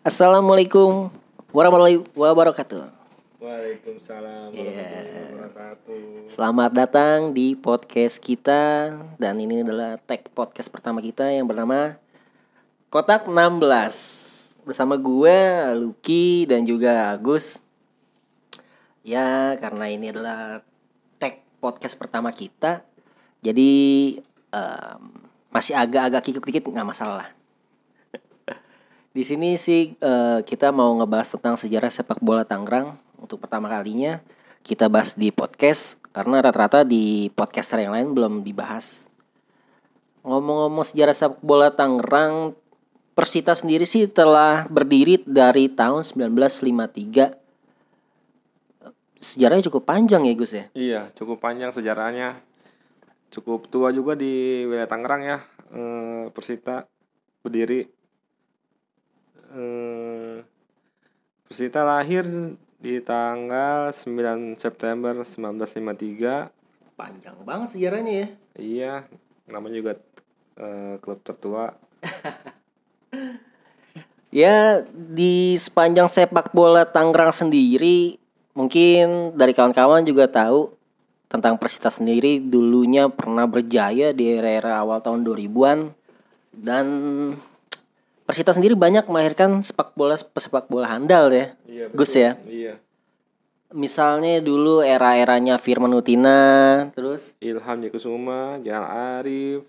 Assalamualaikum warahmatullahi wabarakatuh. Waalaikumsalam warahmatullahi wabarakatuh. Selamat datang di podcast kita. Dan ini adalah tag podcast pertama kita yang bernama Kotak 16. Bersama gue, Lucky dan juga Agus. Ya, karena ini adalah tag podcast pertama kita, jadi masih agak-agak kikuk dikit, nggak masalah. Di sini sih kita mau ngebahas tentang sejarah sepak bola Tangerang. Untuk pertama kalinya kita bahas di podcast, karena rata-rata di podcaster yang lain belum dibahas. Ngomong-ngomong sejarah sepak bola Tangerang, Persita sendiri sih telah berdiri dari tahun 1953. Sejarahnya cukup panjang ya Gus ya? Iya, cukup panjang sejarahnya. Cukup tua juga di wilayah Tangerang ya. Persita berdiri. Persita lahir di tanggal 9 September 1953. Panjang banget sejarahnya ya. Iya, namanya juga klub tertua. Ya, di sepanjang sepak bola Tangerang sendiri, mungkin dari kawan-kawan juga tahu tentang Persita sendiri dulunya pernah berjaya di era awal tahun 2000-an. Dan Persita sendiri banyak melahirkan pesepak bola handal ya, Iya, betul. Gus ya. Iya. Misalnya dulu era-eranya Firman Utina, terus Ilham Jakusuma, Jalan Arif,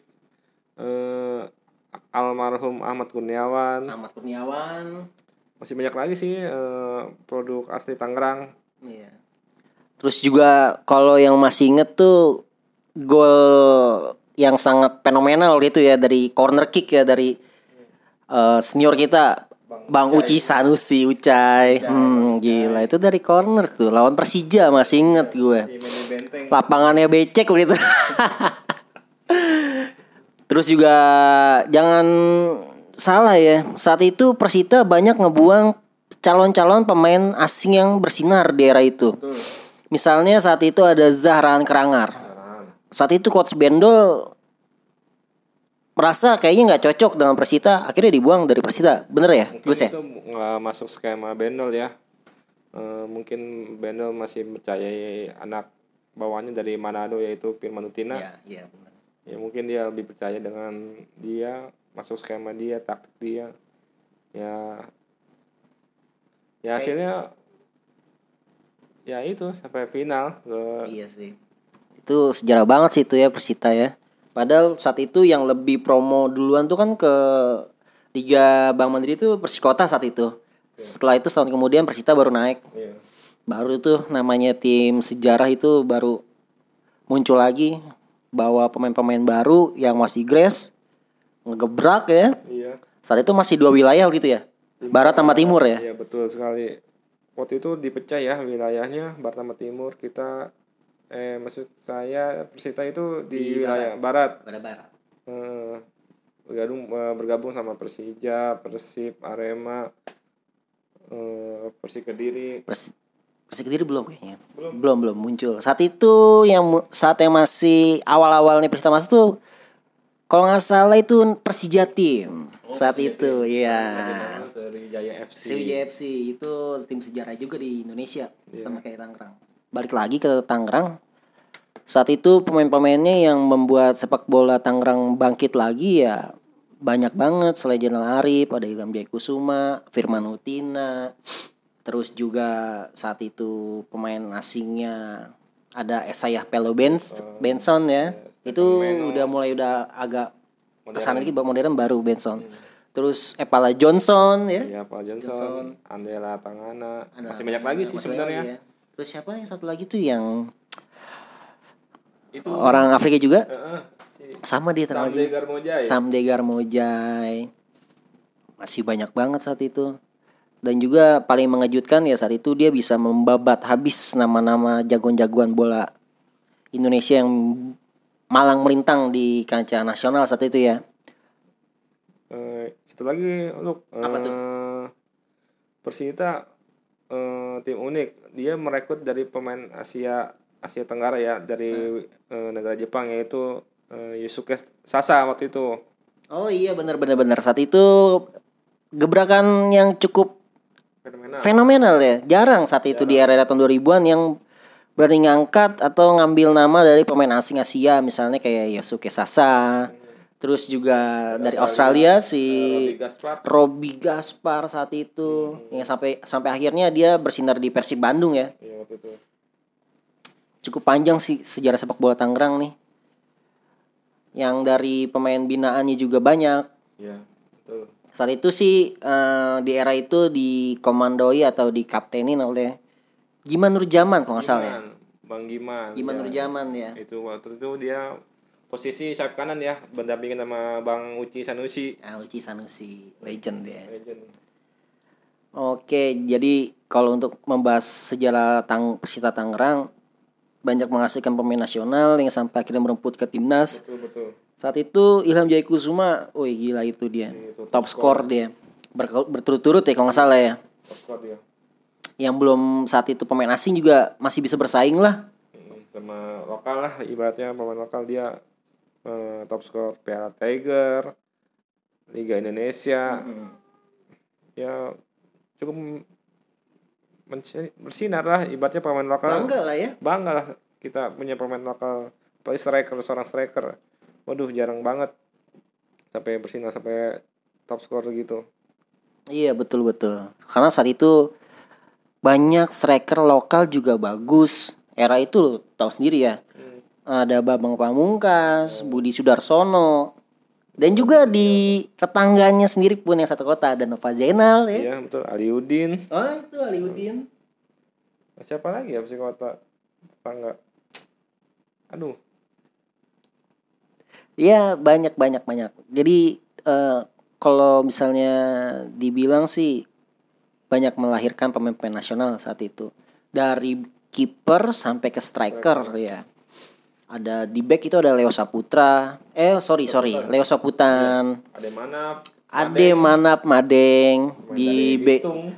almarhum Ahmad Kurniawan. Masih banyak lagi sih produk asli Tangerang. Iya. Terus juga kalau yang masih inget tuh gol yang sangat fenomenal gitu ya, dari corner kick ya, dari senior kita Bang Uci Sanusi Ucai. Gila itu dari corner tuh lawan Persija, masih inget gue. Lapangannya becek gitu. Terus juga jangan salah ya, saat itu Persita banyak ngebuang calon-calon pemain asing yang bersinar di era itu. Betul. Misalnya saat itu ada Zahran Kerangar. Saat itu coach Bendol merasa kayaknya nggak cocok dengan Persita, akhirnya dibuang dari Persita. Bener ya, Gus ya? Itu nggak masuk skema Bendol ya. Mungkin Bendol masih percayai anak bawahnya dari Manado, yaitu Firman Utina. Iya benar. Ya mungkin dia lebih percaya dengan dia, masuk skema dia, taktik dia. Ya hasilnya ya itu sampai final ke. Iya sih. Itu sejarah banget sih itu ya Persita ya. Padahal saat itu yang lebih promo duluan tuh kan ke Liga Bank Mandiri itu Persikota saat itu. Setelah itu setahun kemudian Persita baru naik. Iya. Baru itu namanya tim sejarah itu baru muncul lagi, bawa pemain-pemain baru yang masih grass, ngegebrak ya. Iya. Saat itu masih dua wilayah gitu ya. Barat sama timur ya. Iya betul sekali. Waktu itu dipecah ya wilayahnya, Barat sama Timur. Maksud saya Persita itu di wilayah Barat. Barat. Bergabung sama Persija, Persib, Arema, Persik Kediri. Persik Kediri belum kayaknya. Belum muncul. Saat itu saat yang masih awal-awalnya Persita masuk tuh, kalau nggak salah itu Persija tim. Saat itu iya. Sriwijaya FC itu tim sejarah juga di Indonesia, sama kayak Tangerang. Balik lagi ke Tangerang. Saat itu pemain-pemainnya yang membuat sepak bola Tangerang bangkit lagi ya banyak banget. Selain Jalan Arif, ada Ilham Jakusuma, Firman Utina. Terus juga saat itu pemain asingnya ada Esayah Pelo Benson ya. Itu udah agak kesana lagi, modern baru Benson. Terus Epala Johnson ya. Iya, Epala Johnson, Andela Tangana. Masih banyak lagi sih sebenarnya. Ya. Terus siapa yang satu lagi tuh yang itu orang Afrika juga? Sama dia terkenal juga. Samdegar Mojai. Masih banyak banget saat itu. Dan juga paling mengejutkan ya saat itu dia bisa membabat habis nama-nama jagoan-jagoan bola Indonesia yang malang melintang di kancah nasional saat itu ya. Satu lagi Apa tuh? Persita tim unik. Dia merekrut dari pemain Asia Tenggara ya, dari negara Jepang, yaitu Yusuke Sasa waktu itu. Oh iya benar. Saat itu gebrakan yang cukup fenomenal ya. Jarang saat itu di era tahun 2000-an yang berani ngangkat atau ngambil nama dari pemain asing Asia, misalnya kayak Yosuke Sasa. Terus juga dari Australia si Robbie Gaspar saat itu yang sampai akhirnya dia bersinar di Persib Bandung ya. Iya, waktu itu. Cukup panjang sih sejarah sepak bola Tangerang nih. Yang dari pemain binaannya juga banyak. Iya, betul. Saat itu sih di era itu dikomandoi atau dikaptenin oleh Giman Nurjaman kalau nggak salah ya. Bang Giman. Giman Nurjaman ya. Itu waktu itu dia posisi sayap kanan ya, berdampingan sama Bang Uci Sanusi. Uci Sanusi, legend ya. Legend. Oke, jadi kalau untuk membahas sejarah Persita Tangerang, banyak menghasilkan pemain nasional yang sampai akhirnya meremput ke timnas. Betul. Saat itu Ilham Jaikusuma, gila itu dia. Top skor dia. Berturut-turut ya kalau nggak salah ya. Top skor dia. Yang belum saat itu pemain asing juga masih bisa bersaing lah. Sama lokal lah, ibaratnya pemain lokal dia top skor Piala Tiger, Liga Indonesia. Ya cukup bersinar lah, ibaratnya pemain lokal. Bangga lah kita punya pemain lokal, apalagi seorang striker. Waduh, jarang banget sampai bersinar sampai top skor gitu. Iya, betul. Karena saat itu banyak striker lokal juga bagus. Era itu tahu sendiri ya. Ada Bambang Pamungkas, Budi Sudarsono. Dan juga di tetangganya sendiri pun yang satu kota ada Nova Zainal ya. Iya, betul. Aliudin. Itu Aliudin. Siapa lagi ya kota tetangga? Aduh. Ya, banyak. Jadi kalau misalnya dibilang sih banyak melahirkan pemain-pemain nasional saat itu. Dari kiper sampai ke striker ya. Ada di back itu ada Leo Saputra. Leo Saputan. Ade Manap Madeng di back.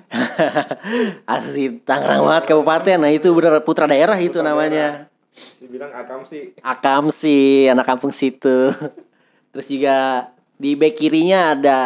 Asli Tangerang banget kabupaten. Nah, itu benar putra daerah itu namanya. Dibilang Akamsi, anak kampung situ. Terus juga di back kirinya ada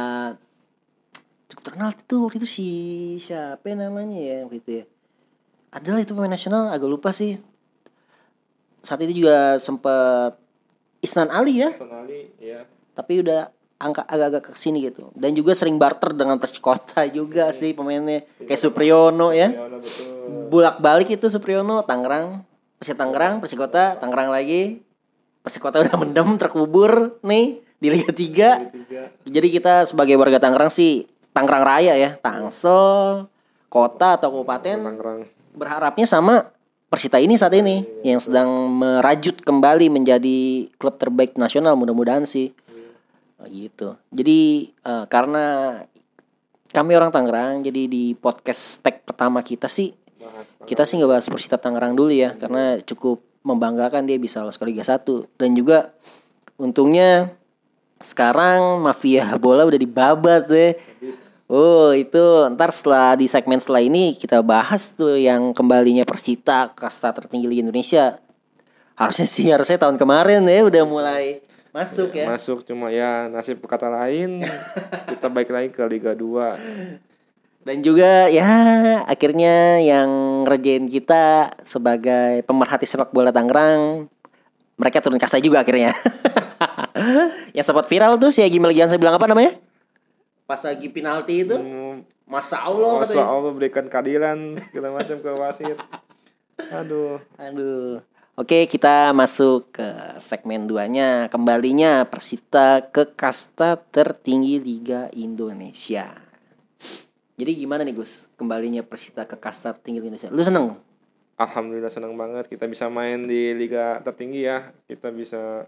cukup terkenal itu si siapa namanya ya gitu ya. Adalah itu pemain nasional, agak lupa sih. Saat itu juga sempat Isnan Ali ya. Iya. Tapi udah agak-agak ke sini gitu. Dan juga sering barter dengan Persikota juga sih pemainnya. Kayak Supriyono ya. Bolak-balik itu Supriyono, Tangerang, Persikota, Tangerang lagi. Persikota udah mendem terkubur nih di Liga 3. Jadi kita sebagai warga Tangerang sih Tangerang Raya ya, Tangsel, kota atau kabupaten berharapnya sama Persita ini saat ini yang sedang merajut kembali menjadi klub terbaik nasional, mudah-mudahan sih. Gitu. Jadi karena kami orang Tangerang, jadi di podcast tag pertama kita sih nggak bahas Persita Tangerang dulu ya, karena cukup membanggakan dia bisa lolos ke Liga 1. Dan juga untungnya sekarang mafia bola udah dibabat deh. Itu ntar di segmen setelah ini kita bahas tuh yang kembalinya Persita ke kasta tertinggi Liga Indonesia. Harusnya tahun kemarin ya udah mulai masuk ya. Masuk, cuma ya nasib kata lain kita balik lagi ke Liga 2. Dan juga ya akhirnya yang ngerjain kita sebagai pemerhati sepak bola Tangerang, mereka turun kasta juga akhirnya. Yang sempat viral tuh si Egy Melgiansa bilang apa namanya? Pas lagi penalti itu, Masya Allah berikan keadilan segala macam ke wasit. Aduh. Oke, kita masuk ke segmen 2-nya. Kembalinya Persita ke kasta tertinggi Liga Indonesia. Jadi gimana nih Gus, kembalinya Persita ke kasta tertinggi Indonesia? Lu seneng? Alhamdulillah seneng banget kita bisa main di liga tertinggi ya. Kita bisa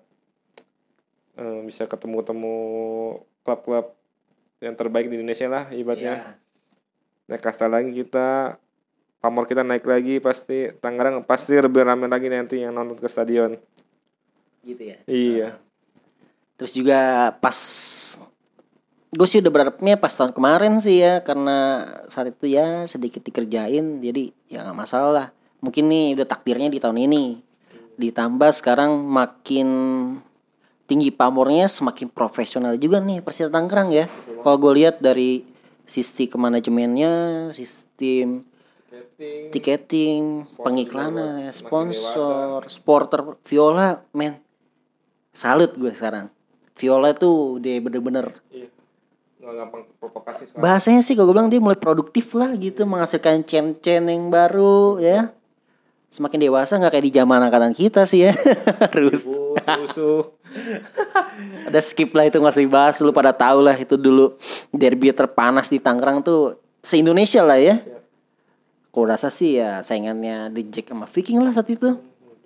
ketemu klub-klub yang terbaik di Indonesia lah ibaratnya. Naik kasta lagi kita, pamor kita naik lagi, pasti Tangerang pasti lebih ramai lagi nanti yang nonton ke stadion. Gitu ya. Iya. Terus juga pas gue sih udah berharapnya pas tahun kemarin sih ya, karena saat itu ya sedikit dikerjain, jadi ya nggak masalah. Mungkin nih udah takdirnya di tahun ini. Ditambah sekarang makin tinggi pamornya semakin profesional juga nih Persita Tangerang ya. Kalau gue lihat dari sistem manajemennya, sistem tiketing, pengiklanan, sponsor, supporter Viola, men. Salut gue sekarang. Viola tuh dia bener-bener nggak gampang provokasi sekarang. bahasanya sih kalau gue bilang dia mulai produktif lah gitu, menghasilkan chain yang baru ya. Semakin dewasa nggak kayak di zaman angkatan kita sih ya. Rusuh. Ada skip lah itu masih dibahas, lu pada tahu lah itu dulu derby terpanas di Tangerang tuh se-Indonesia lah ya. Kalau rasa sih ya saingannya The Jack sama Viking lah saat itu.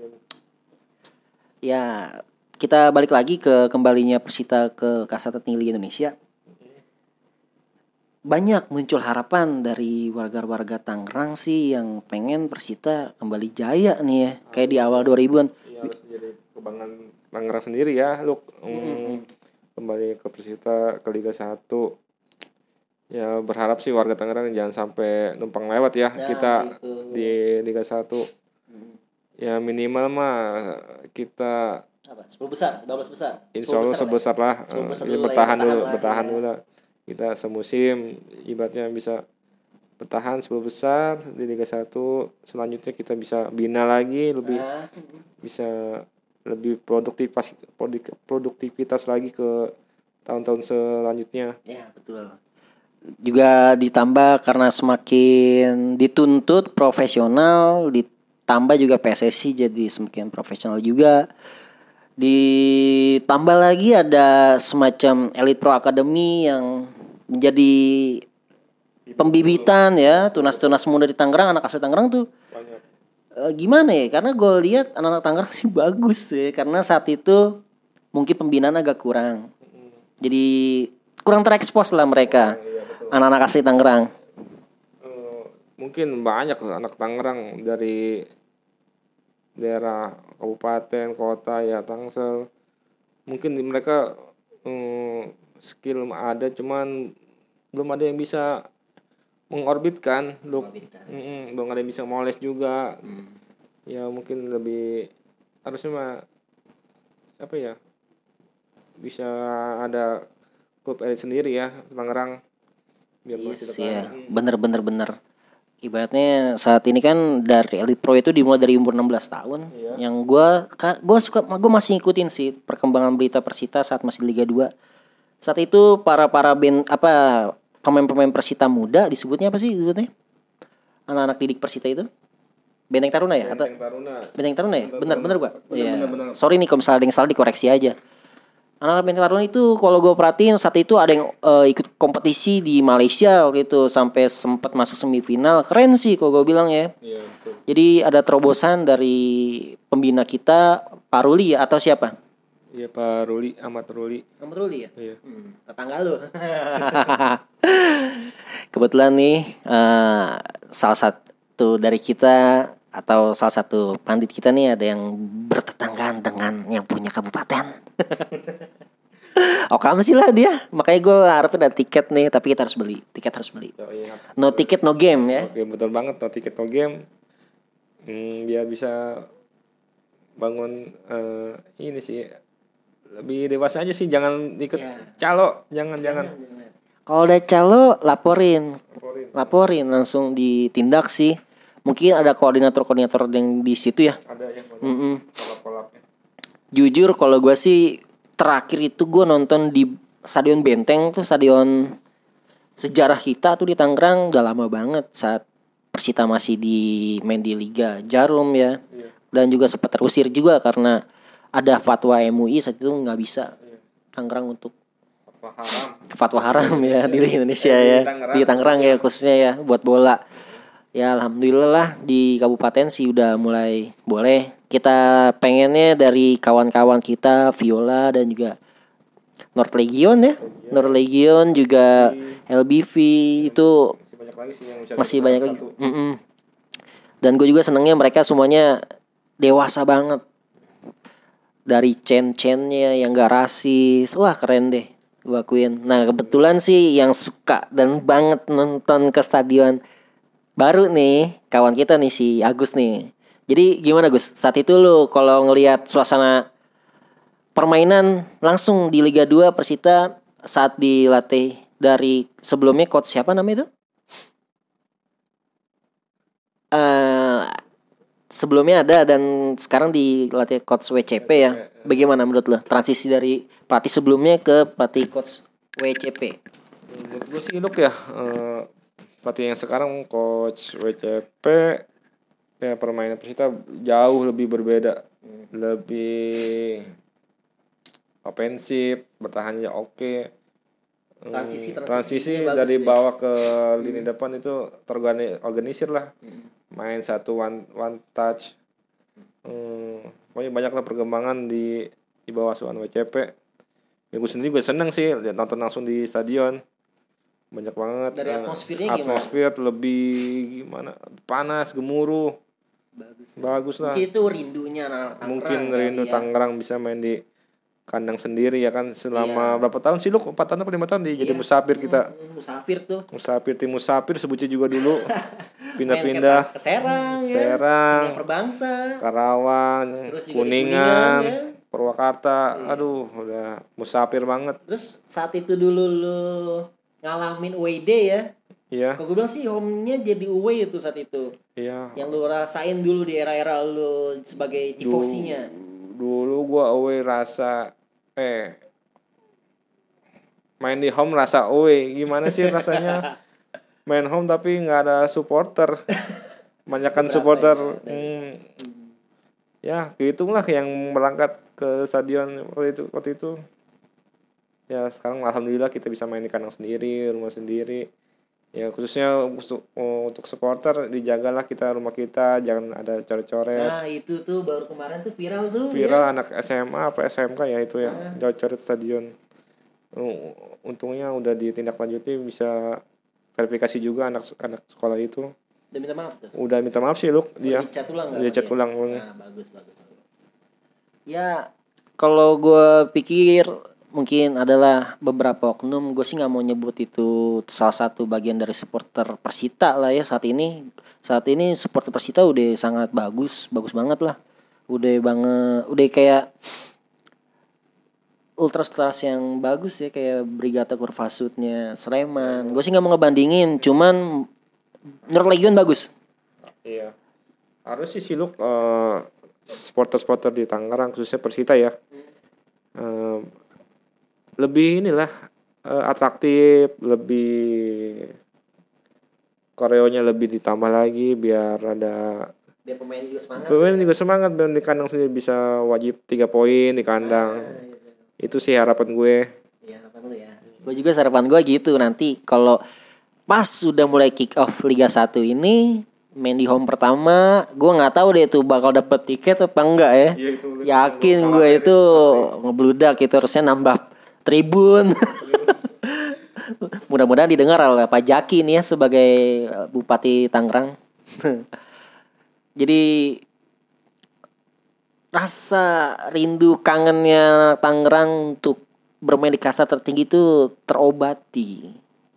Ya kita balik lagi ke kembalinya Persita ke kasta tertinggi Liga Indonesia. Banyak muncul harapan dari warga-warga Tangerang sih yang pengen Persita kembali jaya nih ya, kayak di awal 2000-an. Iya, harus jadi kebanggaan Tangerang sendiri ya, lu kembali ke Persita ke Liga 1. Ya berharap sih warga Tangerang jangan sampai numpang lewat ya kita gitu. Di Liga 1. Ya minimal mah kita 10 besar, 12 besar. Insya Allah sebesar lah. Bertahan dulu lah. Kita semusim ibaratnya bisa bertahan 10 besar di Liga 1. Selanjutnya kita bisa bina lagi bisa lebih produktivitas lagi ke tahun-tahun selanjutnya. Ya, betul. Juga ditambah karena semakin dituntut profesional, ditambah juga PSSI jadi semakin profesional juga. Ditambah lagi ada semacam Elite Pro Academy yang menjadi pembibitan ya tunas-tunas muda di Tangerang, anak asuh Tangerang tuh gimana ya? Karena gue lihat anak-anak Tangerang sih bagus ya, karena saat itu mungkin pembinaan agak kurang, jadi kurang terekspos lah mereka, anak-anak asli Tangerang. Mungkin banyak anak Tangerang dari daerah kabupaten, kota ya Tangsel. Mungkin mereka skill ada, cuman belum ada yang bisa mengorbitkan. Belum ada yang bisa moles juga. Ya mungkin lebih harusnya mah apa ya, bisa ada klub elit sendiri ya Tangerang biar ya, bener. Ibaratnya saat ini kan dari Elite Pro itu dimulai dari umur 16 tahun. Yang gue masih ngikutin sih perkembangan berita Persita saat masih Liga 2. Saat itu para pemain-pemain Persita muda disebutnya apa sih disebutnya? Anak-anak didik Persita itu? Benteng Taruna ya? Benteng Taruna ya? Bener Pak. Iya. Sorry nih kalau misalnya ada yang salah dikoreksi aja. Anak-anak Benteng Taruna itu kalau gue perhatiin saat itu ada yang ikut kompetisi di Malaysia waktu itu sampai sempat masuk semifinal. Keren sih kalau gue bilang ya. Iya, betul. Jadi ada terobosan dari pembina kita Pak Ruli ya, atau siapa? Iya, Pak Ruli, Ahmad Ruli. Ahmad Ruli ya? Iya. Tetangga lu. Kebetulan nih salah satu dari kita atau salah satu pandit kita nih ada yang bertetanggaan dengan yang punya kabupaten. Kamu sih lah dia. Makanya gue harapin ada tiket nih, tapi kita harus beli. No ticket no game ya. Oke, betul banget, no ticket no game. Biar bisa bangun ini sih lebih dewasa aja sih, jangan ikut calo, jangan. Kalau udah calo laporin langsung ditindak sih. Mungkin ada koordinator yang di situ ya. Ada ya. Kolab-kolabnya. Jujur kalau gue sih terakhir itu gue nonton di Stadion Benteng tuh, stadion sejarah kita tuh di Tangerang, udah lama banget saat Persita masih main di Liga Jarum ya. Dan juga sempat terusir juga karena ada fatwa MUI saat itu nggak bisa Tangerang untuk fatwa haram ya di Indonesia ya, di Tangerang ya khususnya ya buat bola. Ya alhamdulillah lah di kabupaten sih udah mulai boleh. Kita pengennya dari kawan-kawan kita Viola dan juga North Legion ya, North Legion juga LBV itu masih banyak lagi. Dan gue juga senengnya mereka semuanya dewasa banget. Dari chain-chainnya yang gak rasis. Wah keren deh, gue akuin. Nah kebetulan sih yang suka dan banget nonton ke stadion baru nih kawan kita nih si Agus nih. Jadi gimana Gus? Saat itu lu kalau ngelihat suasana permainan langsung di Liga 2 Persita saat dilatih dari sebelumnya coach siapa namanya itu? Sebelumnya ada dan sekarang dilatih coach WCP ya. Bagaimana menurut lo transisi dari pelatih sebelumnya ke pelatih coach WCP? Menurut gue sih Luk ya, pelatih yang sekarang coach WCP ya permainan Persita jauh lebih berbeda, lebih ofensif, bertahannya oke. Transisi dari bawah ke lini depan itu terorganisir lah. Main satu one touch. Pokoknya banyak lah perkembangan di bawah asuhan WCP. Ya gue sendiri gue seneng sih nonton langsung di stadion. Banyak banget. Dari atmosfernya atmosfer gimana? Lebih gimana? Panas, gemuruh. Bagus lah. Mungkin itu rindunya Tangerang. Mungkin rindu Tangerang bisa main di kandang sendiri ya kan selama berapa tahun sih lu? 4 tahun atau 5 tahun jadi musafir kita. Musafir tuh. Tim musafir sebutnya juga dulu. Pindah-pindah ke Serang, Perbangsa, Karawang, Kuningan, ya. Purwakarta. Aduh, udah musafir banget. Terus saat itu dulu lu ngalamin WD ya. Iya. Kalau gue bilang sih home-nya jadi away itu saat itu. Iya. Yang lu rasain dulu di era-era lu sebagai tifosinya. Dulu gua away rasa main di home rasa away. Gimana sih rasanya? Main home tapi nggak ada supporter. Banyakan supporter. Ya, gitulah yang berangkat ke stadion waktu itu. Ya, sekarang alhamdulillah kita bisa main di kandang sendiri, rumah sendiri. Ya, khususnya untuk supporter dijagalah kita rumah kita, jangan ada coret-coret. Nah, itu tuh baru kemarin tuh viral tuh. Viral ya? Anak SMA apa SMK ya itu ya, coret-coret stadion. Untungnya udah ditindaklanjuti, bisa verifikasi juga anak sekolah itu. Udah minta maaf tuh? Udah minta maaf sih dia. Dicat ulang nggak? Dia cat ulang. Nah, bagus. Ya, kalau gue pikir mungkin adalah beberapa oknum, gue sih nggak mau nyebut itu salah satu bagian dari supporter Persita lah ya saat ini supporter Persita udah sangat bagus banget lah, udah kayak ultras yang bagus ya, kayak Brigata Kurvasutnya Sleman. Gue sih nggak mau ngebandingin, cuman menurut Legion bagus. Iya, harus sih Siluk supporter di Tangerang khususnya Persita ya. Lebih atraktif, lebih koreonya lebih ditambah lagi biar pemain juga semangat. Pemain juga semangat biar di kandang sendiri bisa wajib 3 poin di kandang. Itu sih harapan gue. Iya, harapan lu ya. Gue juga harapan gue gitu, nanti kalau pas sudah mulai kick off Liga 1 ini main di home pertama, gue nggak tahu deh itu bakal dapet tiket apa enggak ya. Yakin gue itu ngebludak itu, harusnya nambah tribun. Mudah-mudahan didengar oleh Pak Jaki nih ya sebagai Bupati Tangerang. Jadi rasa rindu kangennya Tangerang untuk bermain di kasta tertinggi itu terobati.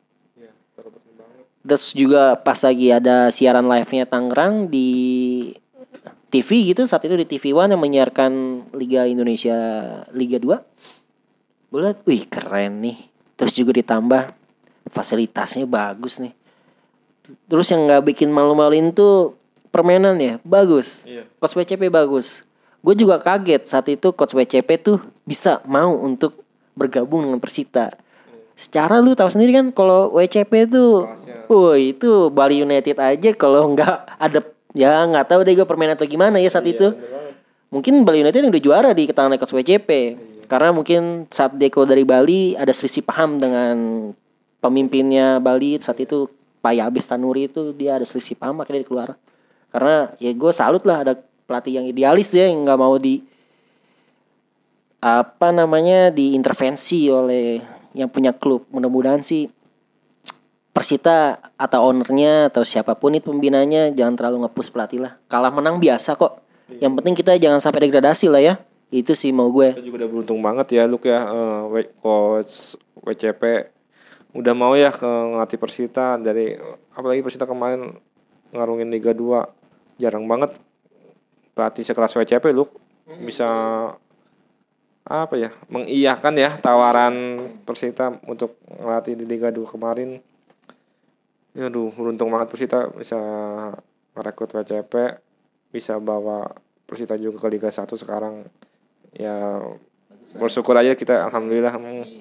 Terus juga pas lagi ada siaran live-nya Tangerang di TV gitu, saat itu di TV One yang menyiarkan Liga Indonesia Liga 2. Gue liat, wih keren nih. Terus juga ditambah fasilitasnya bagus nih. Terus yang gak bikin malu-maluin tuh permainannya bagus. Coach WCP bagus. Gue juga kaget saat itu Coach WCP tuh bisa mau untuk bergabung dengan Persita. Secara lu tahu sendiri kan kalau WCP tuh, itu Bali United aja kalau nggak ada, ya nggak tahu deh gue permainan atau gimana ya saat itu. Mungkin Bali United yang udah juara di tangan Coach WCP. Karena mungkin saat dia keluar dari Bali ada selisih paham dengan pemimpinnya Bali saat itu, Pak Yabes Tanuri itu, dia ada selisih paham akhirnya dia keluar. Karena ya gue salut lah ada pelatih yang idealis ya, yang nggak mau diintervensi oleh yang punya klub. Mudah-mudahan sih Persita atau ownernya atau siapapun itu pembinanya jangan terlalu nge-push pelatih lah. Kalah menang biasa kok. Yang penting kita jangan sampai degradasi lah ya. Itu sih mau gue. Kita juga udah beruntung banget ya Luk ya, coach WCP udah mau ya ngelatih Persita, dari apalagi Persita kemarin ngarungin Liga 2. Jarang banget pelatih sekelas WCP Luk bisa apa ya, mengiyakan ya tawaran Persita untuk ngelatih di Liga 2 kemarin. Aduh, beruntung banget Persita bisa merekrut WCP, bisa bawa Persita juga ke Liga 1 sekarang. Ya bersyukur aja kita, alhamdulillah.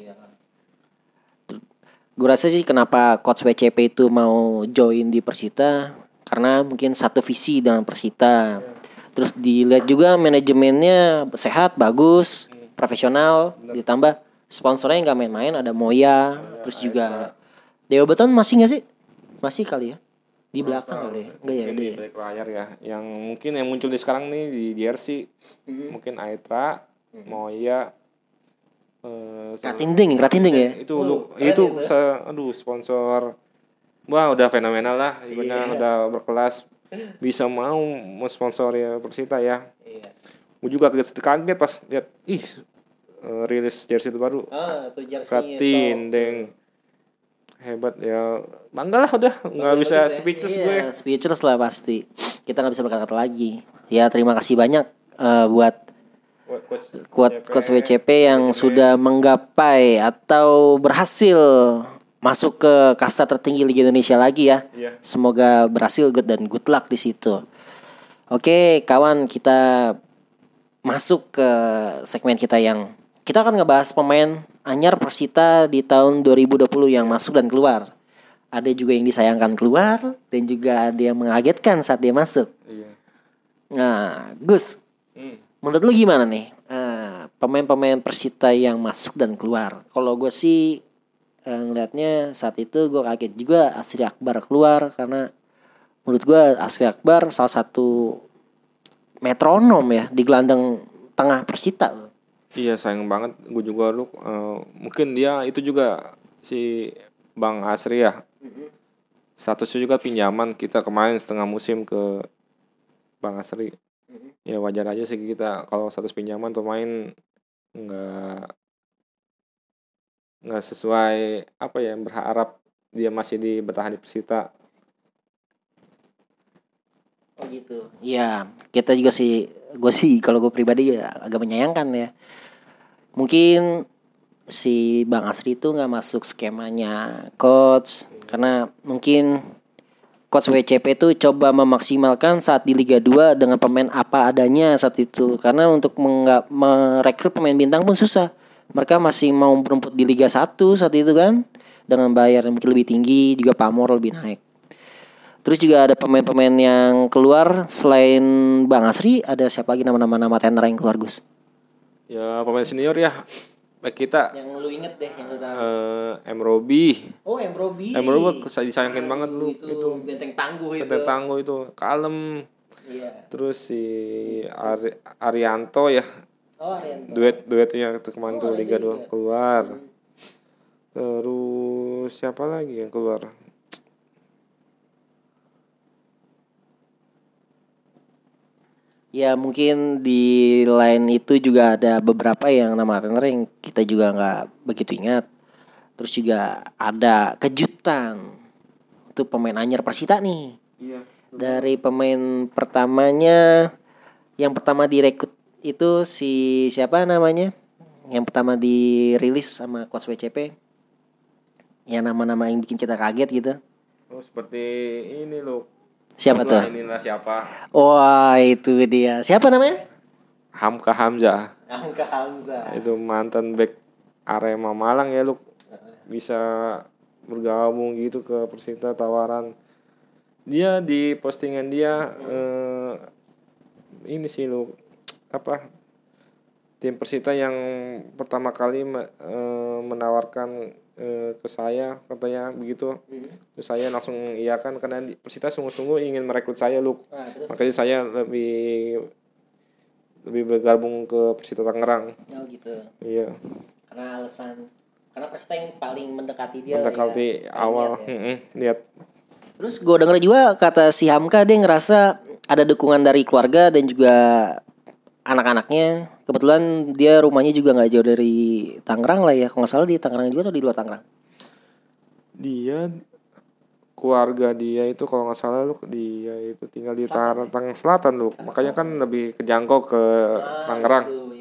Gue rasa sih kenapa coach WCP itu mau join di Persita karena mungkin satu visi dengan Persita. Terus dilihat juga manajemennya sehat, bagus, profesional, ditambah sponsornya nggak main-main, ada Moya, terus juga Dewa Beton masih nggak sih? Masih kali ya di belakang kali ya, enggak ya Mungkin udah di ya. balik layar ya, yang mungkin yang muncul di sekarang nih di jersey mungkin Aitra, Moya, Kratinding ya. itu Keren itu. aduh sponsor, wah udah fenomenal lah, ibaratnya udah berkelas, bisa mau sponsor ya Persita ya. Iya. Gue juga kaget pas lihat rilis jersey itu baru. Tuh jersey-nya Kratinding hebat ya, bangga lah udah, nggak bisa speechless gue. Speechless lah pasti. Kita nggak bisa berkata-kata lagi. Ya terima kasih banyak buat Coach WCP yang sudah menggapai atau berhasil masuk ke kasta tertinggi Liga Indonesia lagi ya. Iya. Semoga berhasil dan good luck di situ. Oke, kawan, kita masuk ke segmen kita yang kita akan ngebahas pemain anyar Persita di tahun 2020 yang masuk dan keluar. Ada juga yang disayangkan keluar dan juga ada yang mengagetkan saat dia masuk. Iya. Nah, Gus, menurut lu gimana nih pemain-pemain Persita yang masuk dan keluar? Kalau gue sih ngelihatnya saat itu gue kaget juga Asri Akbar keluar karena menurut gue Asri Akbar salah satu metronom ya di gelandang tengah Persita loh. Iya sayang banget, gue juga mungkin dia itu juga si Bang Asri ya, statusnya juga pinjaman kita kemarin setengah musim ke Bang Asri. Ya wajar aja sih kita kalau status pinjaman pemain nggak sesuai apa ya, berharap dia masih bertahan di Persita. Oh gitu. Iya, kita juga sih, gue sih kalau gue pribadi ya agak menyayangkan ya. Mungkin si Bang Asri itu nggak masuk skemanya coach karena mungkin coach WCP itu coba memaksimalkan saat di Liga 2 dengan pemain apa adanya saat itu. Karena untuk merekrut pemain bintang pun susah. Mereka masih mau berumput di Liga 1 saat itu kan, dengan bayar yang mungkin lebih tinggi, juga pamor lebih naik. Terus juga ada pemain-pemain yang keluar selain Bang Asri, ada siapa lagi nama tenar yang keluar, Gus? Ya pemain senior ya, baik kita. Yang lu inget deh, yang lu tahu. M Robi. Oh, M Robi. M Robi disayangin banget lu itu. Benteng tangguh itu. Benteng tangguh itu, kalem. Iya. Terus si Arianto ya. Oh, Arianto. Duetnya itu kemarin tuh Liga 2 keluar. Terus siapa lagi yang keluar? Ya mungkin di line itu juga ada beberapa yang nama tenar yang kita juga nggak begitu ingat. Terus juga ada kejutan untuk pemain anyar Persita nih. Iya. Dari pemain pertamanya, yang pertama direkrut itu si siapa namanya? Yang pertama dirilis sama coach WCP. Ya nama-nama yang bikin kita kaget gitu. Oh seperti ini loh. Siapa tuh? Inilah siapa? Wah itu dia. Siapa namanya? Hamka Hamzah. Hamka Hamzah. Itu mantan back Arema Malang ya lu, bisa bergabung gitu ke Persita tawaran. Dia di postingan dia ini sih lu apa, tim Persita yang pertama kali menawarkan ke saya katanya begitu. Terus saya langsung iyakan karena Persita sungguh-sungguh ingin merekrut saya lu. Makanya saya lebih bergabung ke Persita Tangerang. Oh gitu. Iya. Karena Persita yang paling mendekati dia. Mendekati ya, awal. Lihat. Terus gue denger juga kata si Hamka dia ngerasa ada dukungan dari keluarga dan juga anak-anaknya. Kebetulan dia rumahnya juga nggak jauh dari Tangerang lah ya. Kalau nggak salah di Tangerang juga atau di luar Tangerang? Dia keluarga dia itu kalau nggak salah lu, dia itu tinggal di Tangerang Selatan lu. Makanya kan lebih kejangkau ke Tangerang. Iya benar.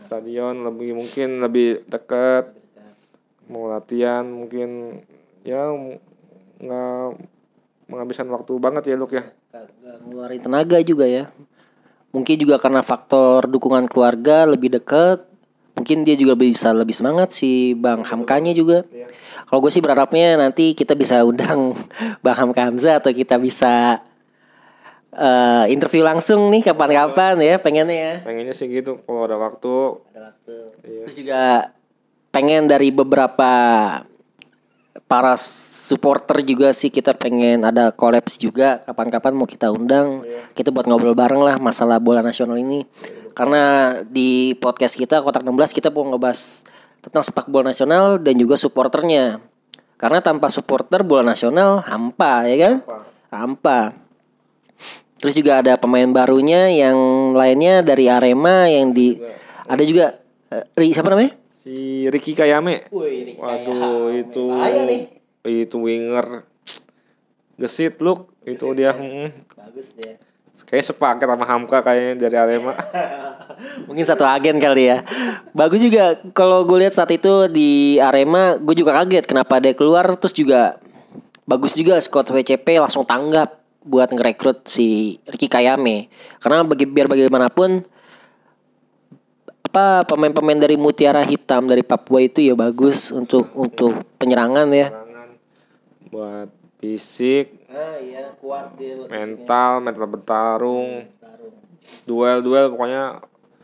stadion mungkin lebih dekat. Mau latihan mungkin ya nggak menghabiskan waktu banget ya Luk ya. Gak ngeluarin tenaga juga ya. Mungkin juga karena faktor dukungan keluarga lebih dekat. Mungkin dia juga bisa lebih semangat si Bang Hamkanya juga. Kalau gue sih berharapnya nanti kita bisa undang Bang Hamka Hamzah atau kita bisa interview langsung nih kapan-kapan ya pengennya ya. Pengennya sih gitu kalau ada waktu. Iya. Terus juga pengen dari beberapa para supporter juga sih kita pengen ada kolaps juga kapan-kapan mau kita undang. Kita buat ngobrol bareng lah masalah bola nasional ini. Karena di podcast kita Kotak 16 kita mau ngebahas tentang sepak bola nasional dan juga supporternya. Karena tanpa supporter bola nasional hampa ya kan? Hampa. Terus juga ada pemain barunya yang lainnya dari Arema yang ada juga siapa namanya? Si Ricky Kayame. Wih, Waduh, itu bahaya nih. Itu winger gesit Luk. Itu dia. Bagus dia. Kayak sepaket sama Hamka kayaknya dari Arema. Mungkin satu agen kali ya. Bagus juga kalau gue lihat saat itu di Arema, gue juga kaget kenapa dia keluar. Terus juga bagus juga Scott WCP langsung tanggap buat ngerekrut si Ricky Kayame. Karena biar bagaimanapun pemain-pemain dari Mutiara Hitam dari Papua itu ya bagus untuk penyerangan ya. Buat fisik, Iya, kuat dia. mental bertarung. Duel pokoknya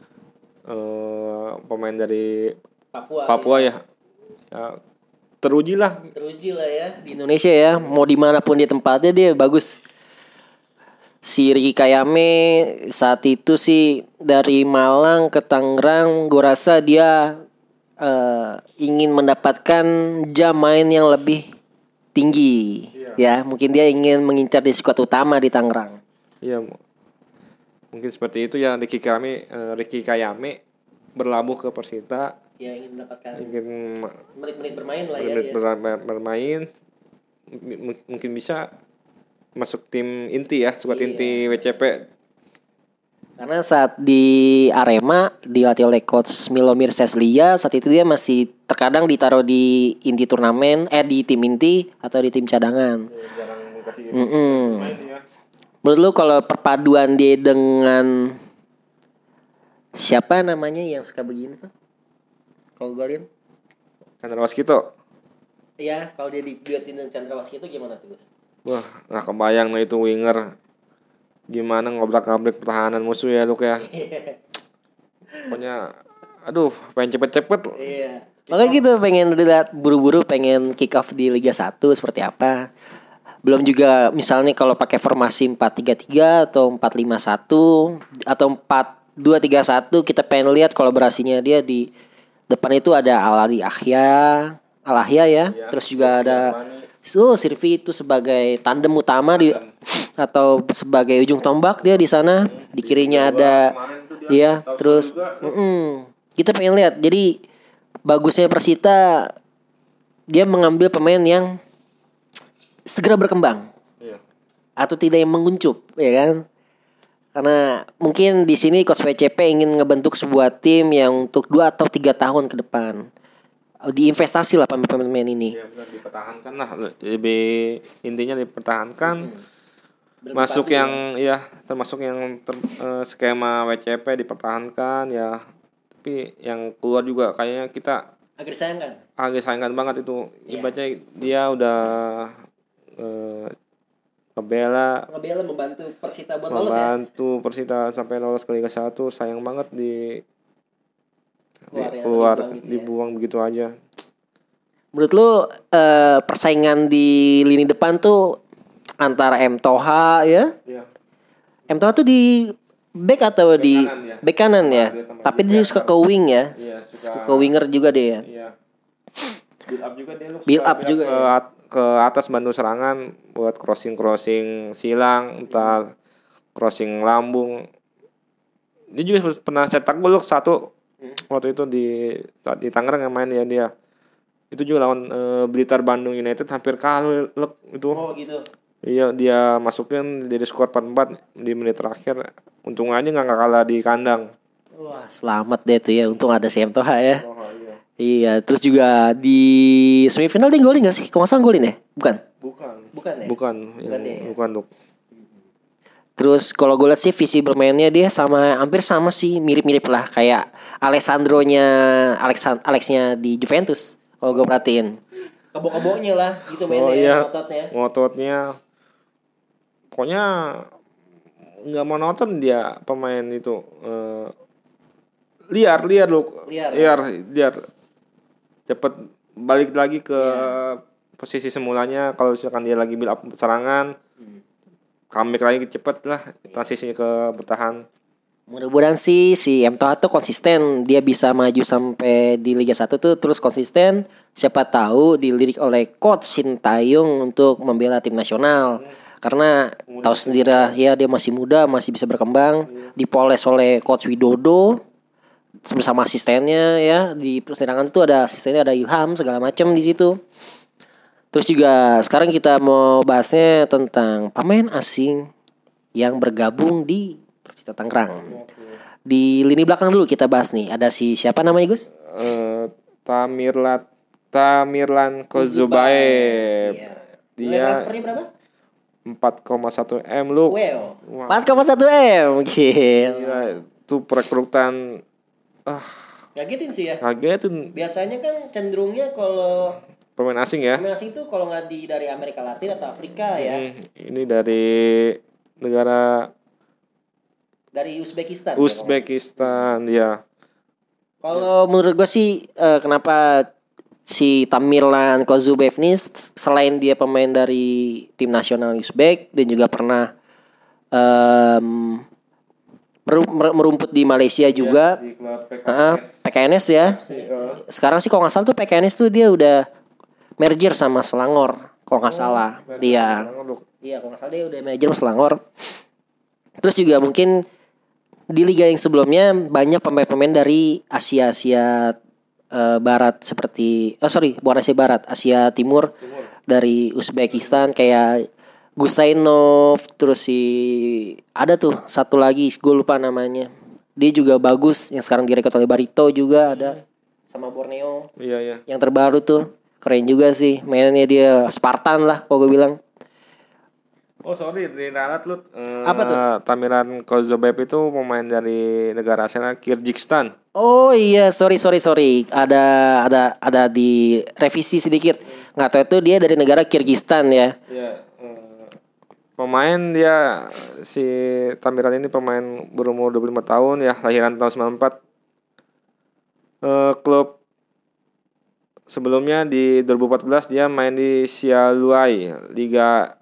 pemain dari Papua ya. Teruji lah ya di Indonesia ya. Mau dimanapun dia tempatnya dia bagus. Si Ricky Kayame saat itu sih dari Malang ke Tangerang, gue rasa dia ingin mendapatkan jam main yang lebih tinggi. Ya, mungkin dia ingin mengincar di skuad utama di Tangerang. Iya, mungkin seperti itu ya. Ricky Kayame berlabuh ke Persita. Ya, ingin mendapatkan menit-menit bermain lah ya. Bermain mungkin bisa masuk tim inti ya, skuad inti WCP. Karena saat di Arema dilatih oleh coach Milomir Seslia, saat itu dia masih terkadang ditaruh di inti turnamen, di tim inti atau di tim cadangan. Menurut lu kalau perpaduan dia dengan siapa namanya yang suka begini tuh? Kalau Gorin? Chandra Waskito. Iya, kalau dia diduetin dengan Chandra Waskito gimana tuh, Gus? Wah, nggak kebayang itu winger. Gimana ngobrak-ngabrik pertahanan musuh ya Luk ya. Pokoknya aduh, pengen cepet-cepet. Iya. Makanya gitu pengen lihat buru-buru pengen kick off di Liga 1 seperti apa. Belum juga misalnya kalau pakai formasi 4-3-3 atau 4-5-1 atau 4-2-3-1 kita pengen lihat kolaborasinya dia di depan itu ada Alahya ya. Terus juga ada Sirvi itu sebagai tandem utama atau sebagai ujung tombak dia di sana. Di kirinya ada terus kita pengen lihat. Jadi bagusnya Persita dia mengambil pemain yang segera berkembang. Atau tidak yang menguncup, ya kan? Karena mungkin di sini Coach WCP ingin ngebentuk sebuah tim yang untuk 2 atau 3 tahun ke depan. Diinvestasi lah pemain-pemain ini. Ya benar, dipertahankan lah. Lebih intinya dipertahankan. Masuk yang termasuk yang skema WCP dipertahankan ya. Tapi yang keluar juga kayaknya kita agak disayangkan banget itu. Ibaratnya dia udah ngebela membantu Persita buat lolos ya. Membantu Persita sampai lolos ke Liga 1, sayang banget dibuang begitu aja. Menurut lu persaingan di lini depan tuh antara M Toha ya? Iya. M Toha tuh di back atau di back kanan ya? Tapi dia suka ke wing ya. Suka ke winger juga dia ya. Iya. Build up juga ke atas bantu serangan buat crossing silang, entah crossing lambung. Dia juga pernah cetak gol 1 waktu itu di Tangerang yang main ya dia. Itu juga lawan Blitar Bandung United hampir kalah itu. Oh gitu. Iya, dia masukin jadi skor 4-4 di menit terakhir. Untung aja enggak kalah di kandang. Wah, selamat deh tuh ya. Untung ada si Emtoha ya. Oh iya. Iya, terus juga di semifinal dia golin gak sih? Kalau nggak salah golin ya? Bukan. Bukan ya? Bukan dia ya? bukan Luk. Terus kalau gue lihat sih visi bermainnya dia hampir sama sih, mirip-mirip lah kayak Alexnya di Juventus. Kalau gue perhatiin. Kebo-kebonya lah gitu mainnya, iya, ototnya. ngototnya pokoknya nggak monoton dia pemain itu. Liar Luk. Liar cepet balik lagi ke posisi semulanya. Kalau misalkan dia lagi build up serangan, comeback lagi cepet lah transisinya ke bertahan. Mudah-mudahan sih si Emtoha tuh konsisten, dia bisa maju sampai di Liga 1 tuh terus konsisten. Siapa tahu dilirik oleh coach Sintayong untuk membela tim nasional. Karena tahu sendiri ya dia masih muda, masih bisa berkembang. Dipoles oleh coach Widodo bersama asistennya ya. Di persidangan itu ada asistennya, ada Ilham segala macam di situ. Terus juga sekarang kita mau bahasnya tentang pemain asing yang bergabung di Persita Tangerang. Di lini belakang dulu kita bahas nih. Ada si siapa namanya Gus? Tamirlan Kozubaev. Iya. Dia transfernya berapa? 4,1 M Luk. Wow. 4,1 M. Gila, itu perekrutan Ngagetin sih ya. kagetin Biasanya kan cenderungnya kalau pemain asing ya. pemain asing itu kalau nggak dari Amerika Latin atau Afrika ya. Ini dari negara Dari Uzbekistan. ya. Kalau menurut gue sih kenapa si Tamirlan Kozubaev ini selain dia pemain dari tim nasional Uzbek dan juga pernah merumput di Malaysia juga, Di klub PKNS ya. Sekarang sih kalau nggak salah tuh PKNS tuh dia udah merger sama Selangor kalau nggak salah. Iya, kalau nggak salah dia udah merger sama Selangor. Terus juga mungkin di liga yang sebelumnya banyak pemain-pemain dari Asia Barat seperti bukan Asia Barat, Asia Timur. Dari Uzbekistan kayak Gusainov, terus ada tuh satu lagi gue lupa namanya. Dia juga bagus yang sekarang direkrut oleh Barito juga ada sama Borneo. Iya. Yang terbaru tuh keren juga sih mainnya, dia Spartan lah kalau gue bilang. Oh sorry, diralat lu. Apa tuh? Tamirlan Kozubaev itu pemain dari negara Asia Kyrgyzstan. Oh iya, sorry. Ada di revisi sedikit. Nggak tahu itu dia dari negara Kyrgyzstan ya. Iya. Pemain dia si Tamirlan ini pemain berumur 25 tahun ya, lahiran tahun 94. Klub sebelumnya di 2014 dia main di Šiauliai Liga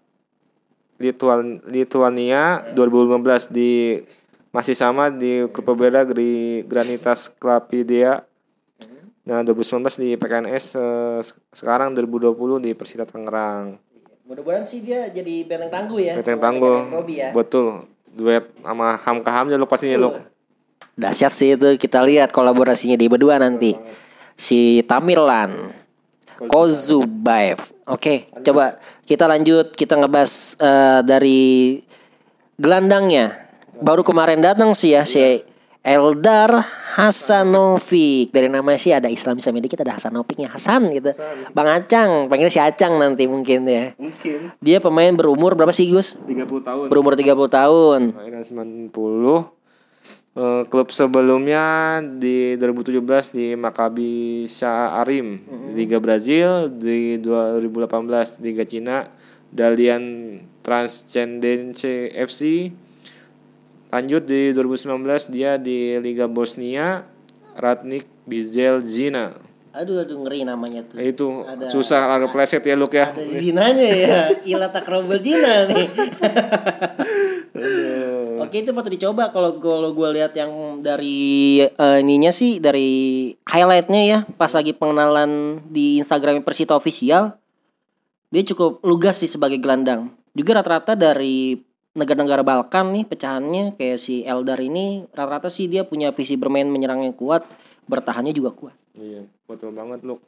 Lituania. 2015 masih sama di klub berbeda di Granitas Klaipėda. Nah 2019 di PKNS, sekarang 2020 di Persita Tangerang. Mudah-mudahan sih dia jadi benteng tangguh ya. Benteng tangguh. Ya. Betul. Duet sama Hamka Hamzah lu pastinya lu. Dahsyat sih itu, kita lihat kolaborasinya di berdua nanti. Si Tamirlan Kozubaev. Oke, coba kita lanjut, kita ngebahas dari gelandangnya. Baru kemarin datang sih ya si Eldar Hasanovic. Dari namanya sih ada Islam dikit, ada Hasanovicnya, Hasan gitu. Bang Acang, panggil si Acang nanti mungkin ya. Mungkin. Dia pemain berumur berapa sih Gus? 30 tahun. Berumur 30 tahun. Lahiran 90. Klub sebelumnya di 2017 di Maccabi Sha'arim, Liga Brazil. Di 2018 Liga Cina, Dalian Transcendence FC. Lanjut di 2019 dia di Liga Bosnia, Radnik Bijeljina. Aduh ngeri namanya tuh. Itu susah agak pleset ya Luk ya. Ada zinanya ya, Ila takrobel Jina nih. Oke, itu patut dicoba kalau gue lihat yang dari ininya sih, dari highlightnya ya, pas lagi pengenalan di Instagram Persita Official, dia cukup lugas sih sebagai gelandang. Juga rata-rata dari negara-negara Balkan nih pecahannya, kayak si Eldar ini rata-rata sih dia punya visi bermain menyerang yang kuat, bertahannya juga kuat. Iya, betul banget Luk.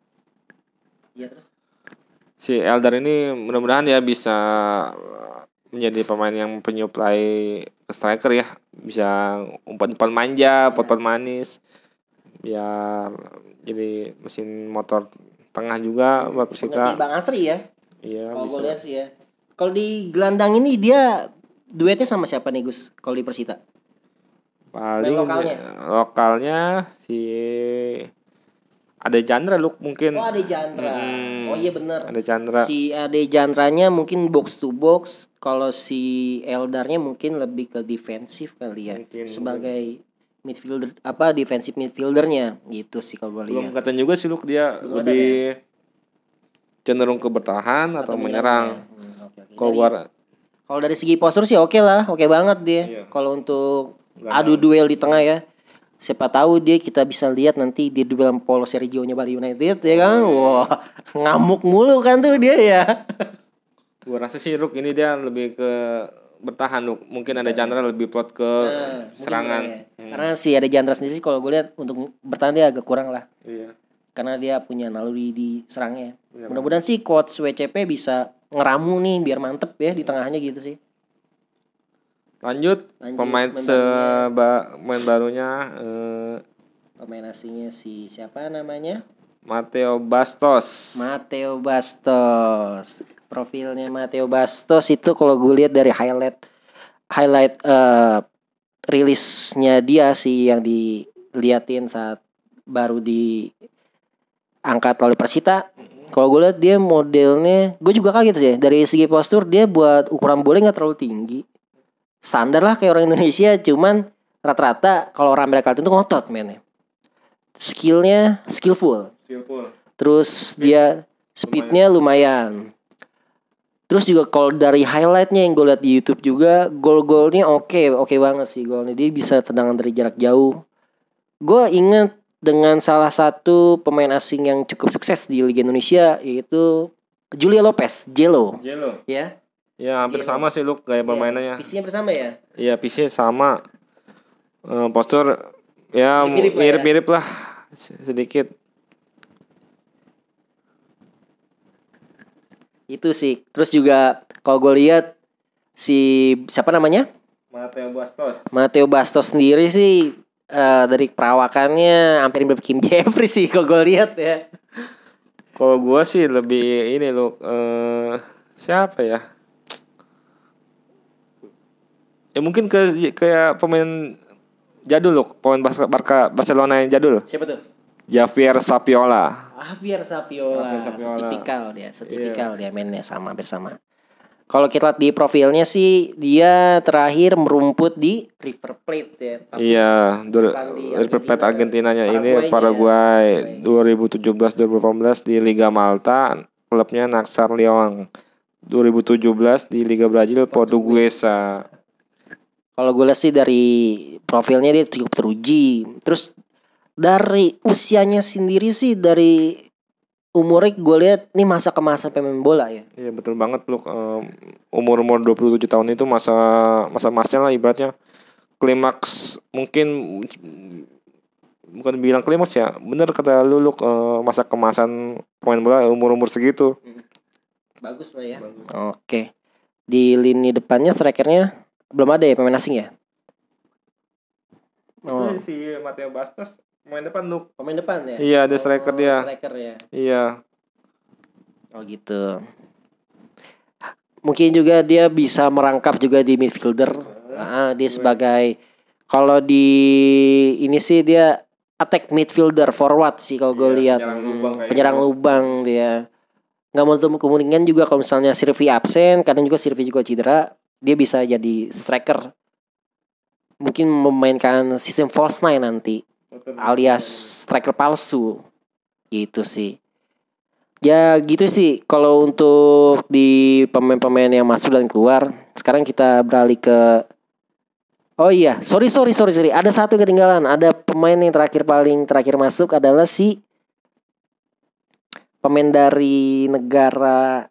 Iya terus. Si Eldar ini mudah-mudahan ya bisa menjadi pemain yang penyuplai striker ya, bisa umpan-umpan manja, umpan manis, biar jadi mesin motor tengah juga buat Persita. Berarti Bang Asri ya. Iya, Kalau bisa. gue lihat sih ya. Kalau di gelandang ini dia duetnya sama siapa nih Gus? Kalau di Persita? Paling lokalnya? lokalnya si Ade Chandra mungkin. Oh, Ade Chandra. Oh iya bener. Ade Chandra. Si Ade Chandranya mungkin box to box. Kalau si Eldarnya mungkin lebih ke defensif kali ya. Mungkin, sebagai midfielder defensive midfieldernya gitu sih kalau gue Belum lihat. kelihatan juga sih dia lebih cenderung ke bertahan atau menyerang. Okay. Kalau dari segi postur sih oke lah, oke banget dia. Iya. Kalau untuk adu duel di tengah ya, siapa tahu dia kita bisa lihat nanti di duel Paulo Sergio-nya Bali United ya kan. Wah, ngamuk mulu kan tuh dia ya. Gua rasa sih Ruk ini dia lebih ke bertahan Ruk. Mungkin ada Chandra lebih plot ke serangan. Karena si ada Chandra sendiri sih kalau gue lihat untuk bertahan dia agak kurang lah. Iya. Karena dia punya naluri di serangnya. Mudah-mudahan sih coach WCP bisa ngeramu nih biar mantep ya di tengahnya gitu sih. Lanjut pemain barunya pemain asingnya si siapa namanya? Matteo Bastos. Profilnya Matteo Bastos itu kalau gue lihat dari highlight rilisnya dia sih yang diliatin saat baru diangkat oleh Persita. Kalau gue lihat dia modelnya, gue juga kaget sih. Dari segi postur dia buat ukuran bola nggak terlalu tinggi, standar lah kayak orang Indonesia. Cuman rata-rata kalau orang Amerika itu ngotot mainnya, skillful. Terus dia speednya lumayan. Terus juga kalau dari highlightnya yang gue lihat di YouTube juga, gol-golnya oke banget sih golnya. Dia bisa tendangan dari jarak jauh. Gue ingat dengan salah satu pemain asing yang cukup sukses di Liga Indonesia, yaitu Julia Lopez, Jello. Ya. Ya hampir sama sih Luk gaya permainannya. Visinya bersama ya. Iya visinya sama. Postur ya mirip-mirip lah sedikit. Itu sih. Terus juga kalau gue lihat si siapa namanya? Matteo Bastos sendiri sih dari perawakannya hampir mirip Kim Jeffrey sih kalau gue lihat ya. Kalau gue sih lebih ini loh siapa ya? Ya mungkin kayak pemain jadul loh, pemain Barcelona yang jadul. Siapa tuh? Javier Saviola. Setipikal dia mainnya hampir sama. Kalau kita lihat di profilnya sih dia terakhir merumput di River Plate ya. Iya, River Plate Argentinanya ini Paraguay 2017-2018 di Liga Malta, klubnya Naxar Leão. 2017 di Liga Brazil Portuguesa. Kalau gue lihat sih dari profilnya dia cukup teruji. Terus dari usianya sendiri sih dari umurnya gue lihat nih masa kemasan pemain bola ya. Iya betul banget loh. Umur 27 tahun itu masa emasnya lah ibaratnya. Klimaks mungkin bukan bilang klimaks ya. Bener kata lu masa kemasan pemain bola umur segitu. Bagus lah ya. Oke. Di lini depannya strikernya belum ada ya pemain asing ya? Itu si Matteo Bastos pemain depan Nuk. Pemain depan ya? Iya, ada striker dia. Striker ya. Iya. Oh gitu. Mungkin juga dia bisa merangkap juga di midfielder. Dia sebagai kalau di ini sih dia attack midfielder forward sih kalau gue lihat. Penyerang lubang dia. Nggak mau kemungkinan juga kalau misalnya Sirvi absen, kadang juga Sirvi juga cedera, dia bisa jadi striker. Mungkin memainkan sistem false nine nanti, alias striker palsu. Gitu sih. Ya gitu sih kalau untuk di pemain-pemain yang masuk dan keluar. Sekarang kita beralih ke sorry. Ada satu ketinggalan. Ada pemain yang paling terakhir masuk adalah si pemain dari negara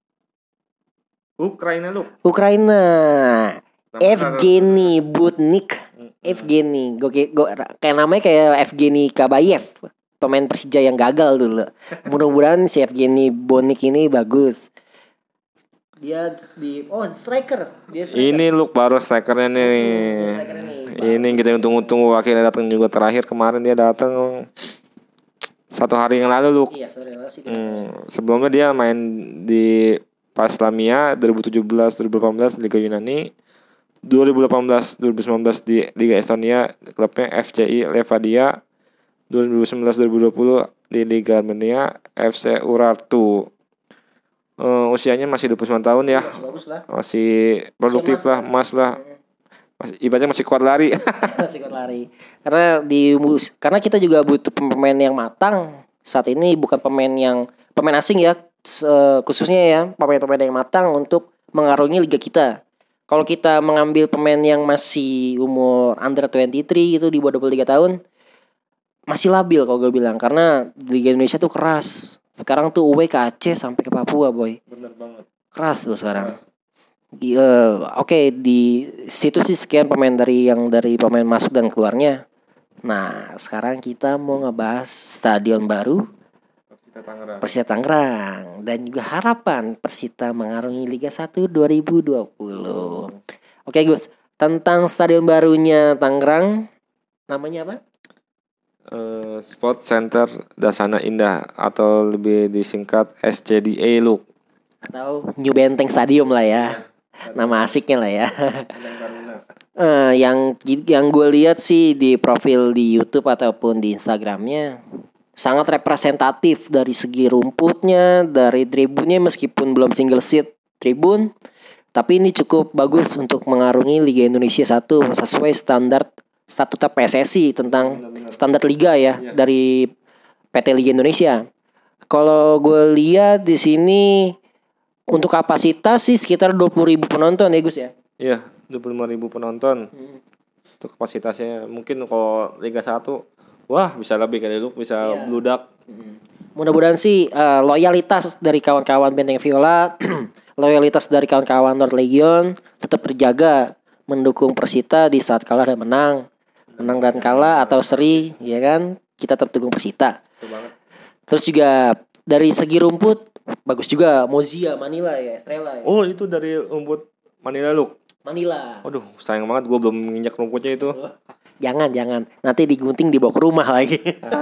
Ukraina. Evgeny Butnik. Evgeny, kayak namanya kayak Evgeny Kabayev, pemain Persija yang gagal dulu. Mudah-mudahan si Evgeny Butnik ini bagus. Dia striker. Dia striker. Ini look baru strikernya nih. Ini kita untung-untung wakilnya datang juga terakhir kemarin, dia datang 1 hari yang lalu look. Iya, sorry sih. Sebelumnya dia main di PAS Lamia 2017 2018 Liga Yunani, 2018 2019 di Liga Estonia klubnya FCI Levadia, 2019 2020 di Liga Armenia FC Urartu. Usianya masih 29 tahun ya. Masih bagus lah. Masih produktif lah, emas lah. Ibaratnya masih kuat lari. Masih kuat lari. Karena kita juga butuh pemain yang matang. Saat ini bukan pemain asing ya, khususnya ya, pemain-pemain yang matang untuk mengarungi liga kita. Kalau kita mengambil pemain yang masih umur under 23 gitu, di bawah 23 tahun, masih labil kalau gue bilang, karena Liga Indonesia tuh keras. Sekarang tuh away ke Aceh sampai ke Papua, boy. Bener banget. Keras tuh sekarang. Oke, di situ sih sekian pemain dari pemain masuk dan keluarnya. Nah, sekarang kita mau ngebahas stadion baru Persita Tangerang dan juga harapan Persita mengarungi Liga 1 2020. Oke, Gus, tentang stadion barunya Tangerang, namanya apa? Sport Center Dasana Indah atau lebih disingkat SCDA look. Atau New Benteng Stadium lah ya. Nama asiknya lah ya. Yang gue lihat sih di profil di YouTube ataupun di Instagramnya sangat representatif dari segi rumputnya, dari tribunnya, meskipun belum single seat tribun, tapi ini cukup bagus untuk mengarungi Liga Indonesia 1 sesuai standar statuta PSSI tentang standar liga ya dari PT Liga Indonesia. Kalau gue lihat di sini untuk kapasitas sih sekitar 20.000 penonton ya Gus ya. Iya, 25.000 penonton. Untuk kapasitasnya mungkin kalau Liga 1 wah bisa lebih kali lu, bisa bludak. Mudah-mudahan sih loyalitas dari kawan-kawan Benteng Viola, loyalitas dari kawan-kawan North Legion tetap terjaga mendukung Persita di saat kalah dan menang dan kalah atau seri, ya kan? Kita tetap dukung Persita. Terus juga dari segi rumput bagus juga, Mozia Manila ya, Estrella ya. Oh, itu dari rumput Manila look. Manila. Aduh, sayang banget gue belum menginjak rumputnya itu. Jangan. Nanti digunting dibawa ke rumah lagi.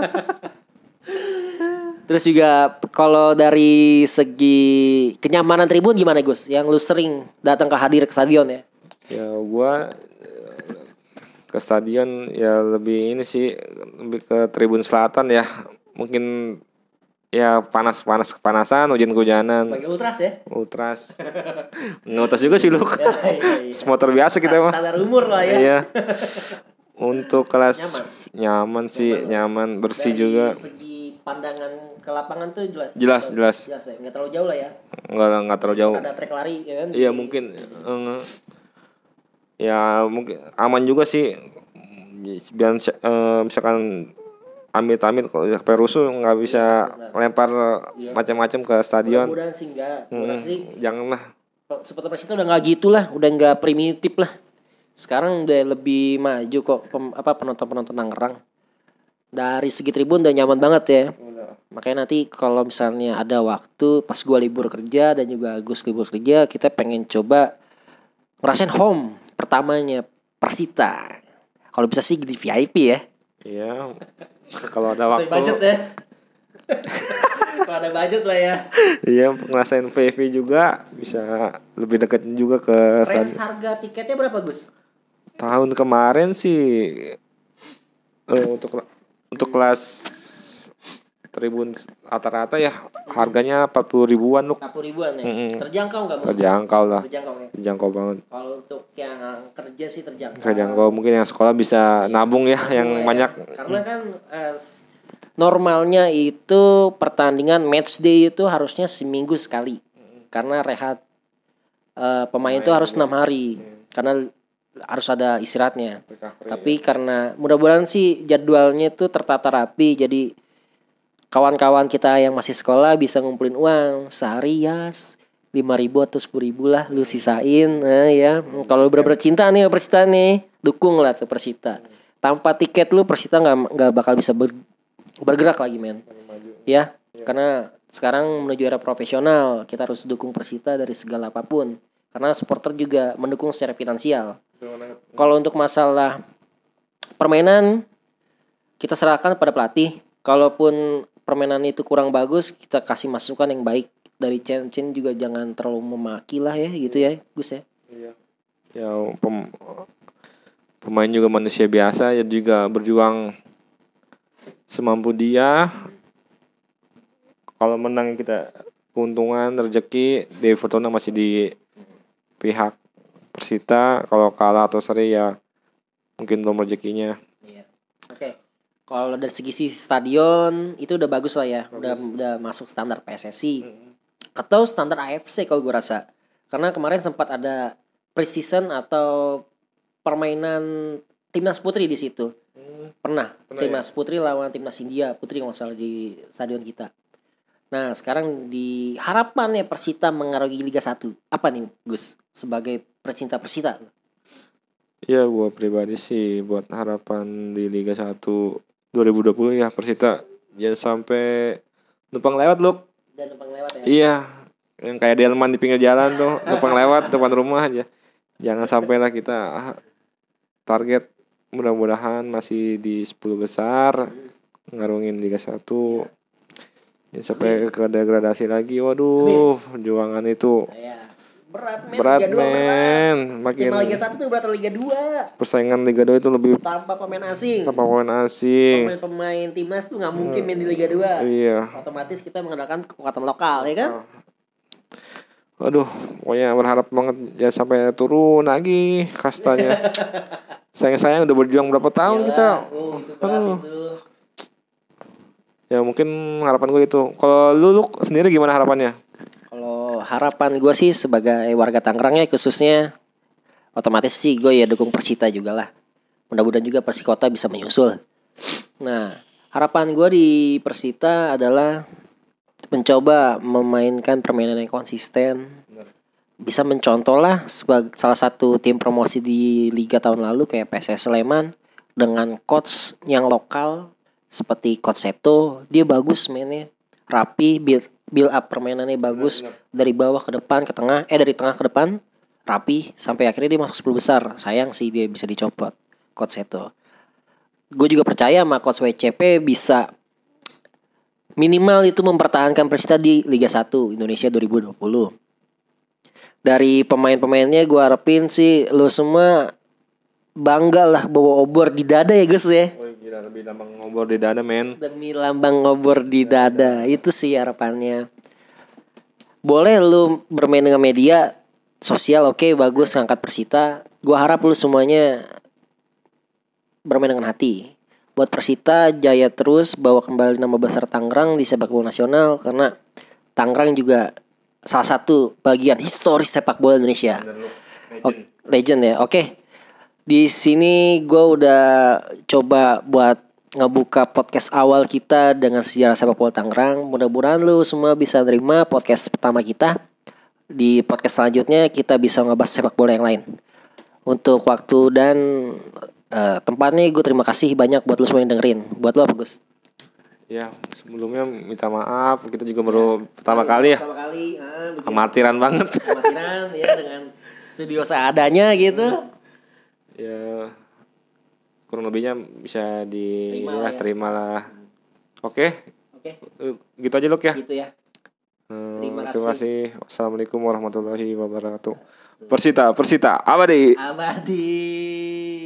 Terus juga kalau dari segi kenyamanan tribun gimana Gus? Yang lu sering datang hadir ke stadion ya? Ya gua ke stadion ya lebih ini sih, lebih ke tribun selatan ya. Mungkin ya kepanasan, hujan-hujanan. Sebagai ultras ya? Ultras. Nggak ultras juga sih lu. Semua terbiasa kita mah. Sadar umur lah ya. Iya. Untuk kelas nyaman sih, nyaman, bersih dari juga. Segi pandangan ke lapangan tuh jelas. Jelas ya. Nggak terlalu jauh lah ya. Nggak terlalu jauh. Ada trek lari ya kan? Iya mungkin. Ya mungkin aman juga sih. Biar misalkan amit-amit kalau sampai rusuh nggak bisa lempar macam-macam ke stadion. Mudah-mudahan sih enggak. Janganlah. Supporter Persita udah nggak gitulah, udah nggak primitif lah. Sekarang udah lebih maju kok penonton Tangerang. Dari segi tribun udah nyaman banget ya. Makanya nanti kalau misalnya ada waktu pas gua libur kerja dan juga Agus libur kerja, kita pengen coba ngerasain home pertamanya Persita. Kalau bisa sih di VIP ya. Iya. Kalau ada waktu. Budget ya. Kalau ada budget lah ya. Iya, ngerasain VIP juga bisa lebih dekat juga ke. Range harga tiketnya berapa Gus? Tahun kemarin sih untuk kelas tribun rata-rata ya harganya 40 ribuan loh. 40 ribuan ya. Terjangkau enggak? Terjangkau lah. Terjangkau ya. Terjangkau banget. Kalau untuk yang kerja sih terjangkau. Terjangkau, mungkin yang sekolah bisa nabung ya, yang banyak. Karena kan normalnya itu pertandingan match day itu harusnya seminggu sekali. Karena rehat pemain itu harus 6 hari. Karena harus ada istirahatnya. Tapi karena mudah-mudahan sih jadwalnya itu tertata rapi, jadi kawan-kawan kita yang masih sekolah bisa ngumpulin uang sehari ya 5.000 atau 10.000 lah, lu sisain ya. Kalau bener-bener cinta nih Persita nih, dukung lah ke Persita. Tanpa tiket lu Persita nggak bakal bisa bergerak lagi men. Ya, karena sekarang menuju era profesional. Kita harus dukung Persita dari segala apapun. Karena supporter juga mendukung secara finansial. Kalau untuk masalah permainan, kita serahkan pada pelatih. Kalaupun permainan itu kurang bagus, kita kasih masukan yang baik. Dari Chen juga jangan terlalu memaki lah ya gitu ya Gus ya. Iya. Ya pemain juga manusia biasa ya, juga berjuang semampu dia. Kalau menang kita keuntungan rezeki, Dewi Fortuna masih di pihak Persita. Kalau kalah atau seri ya mungkin belum rezekinya. Iya. Oke. Kalau dari segi stadion itu udah bagus lah ya. Udah masuk standar PSSI atau standar AFC kalau gue rasa. Karena kemarin sempat ada pre-season atau permainan timnas putri di situ. Pernah timnas putri lawan timnas India putri kalau salah di stadion kita. Nah sekarang di harapannya Persita mengaruhi Liga 1. Apa nih Gus sebagai pecinta Persita? Ya gue pribadi sih buat harapan di Liga 1 2020 ya Persita jangan sampai numpang lewat loh. Dan numpang lewat ya? Iya, yang kayak delman di pinggir jalan tuh numpang lewat depan rumah aja. Jangan sampailah kita target mudah-mudahan masih di 10 besar ngarungin Liga 1. Ya, sampai ke degradasi lagi. Waduh, perjuangan itu berat men. Makin Liga 1 tuh berat Liga 2. Persaingan Liga 2 itu lebih tanpa pemain asing. Pemain timnas tuh nggak mungkin main di Liga 2. Iya. Otomatis kita mengandalkan kekuatan lokal ya kan? Waduh, pokoknya berharap banget ya sampai turun lagi kastanya. Sayang udah berjuang berapa tahun kita. Itu berat itu. Ya mungkin harapan gue itu. Kalau lu sendiri gimana harapannya? Kalau harapan gue sih sebagai warga Tangerang ya khususnya, otomatis sih gue ya dukung Persita juga lah. Mudah-mudahan juga Persikota bisa menyusul. Nah harapan gue di Persita adalah mencoba memainkan permainan yang konsisten. Bisa mencontoh lah sebagai salah satu tim promosi di Liga tahun lalu kayak PSS Sleman dengan coach yang lokal seperti Coach Seto. Dia bagus mainnya, rapi, build up permainannya bagus. Dari bawah ke depan ke tengah, dari tengah ke depan rapi sampai akhirnya dia masuk 10 besar. Sayang sih dia bisa dicopot Coach Seto. Gue juga percaya sama Coach WCP bisa minimal itu mempertahankan Persita di Liga 1 Indonesia 2020. Dari pemain-pemainnya gue harapin sih lo semua bangga lah bawa obor di dada ya Gus ya. Oh gila, lebih lambang obor di dada men. Demi lambang obor di dada. Itu sih harapannya. Boleh lu bermain dengan media sosial, oke, bagus ngangkat Persita. Gue harap lu semuanya bermain dengan hati. Buat Persita jaya terus, bawa kembali nama besar Tangerang di sepak bola nasional. Karena Tangerang juga salah satu bagian historis sepak bola Indonesia. Legend ya, oke. Di sini gue udah coba buat ngebuka podcast awal kita dengan sejarah sepak bola Tangerang. Mudah-mudahan lu semua bisa nerima podcast pertama kita. Di podcast selanjutnya kita bisa ngebahas sepak bola yang lain. Untuk waktu dan tempatnya gue terima kasih banyak buat lu semua yang dengerin. Buat lu apa Gus? Ya sebelumnya minta maaf, kita juga baru pertama kali ya. Amatiran banget. Amatiran ya dengan studio seadanya gitu. Ya kurang lebihnya bisa terima lah. Oke. Gitu aja Luk ya. Gitu ya. Terima kasih. Wassalamualaikum warahmatullahi wabarakatuh. Persita abadi.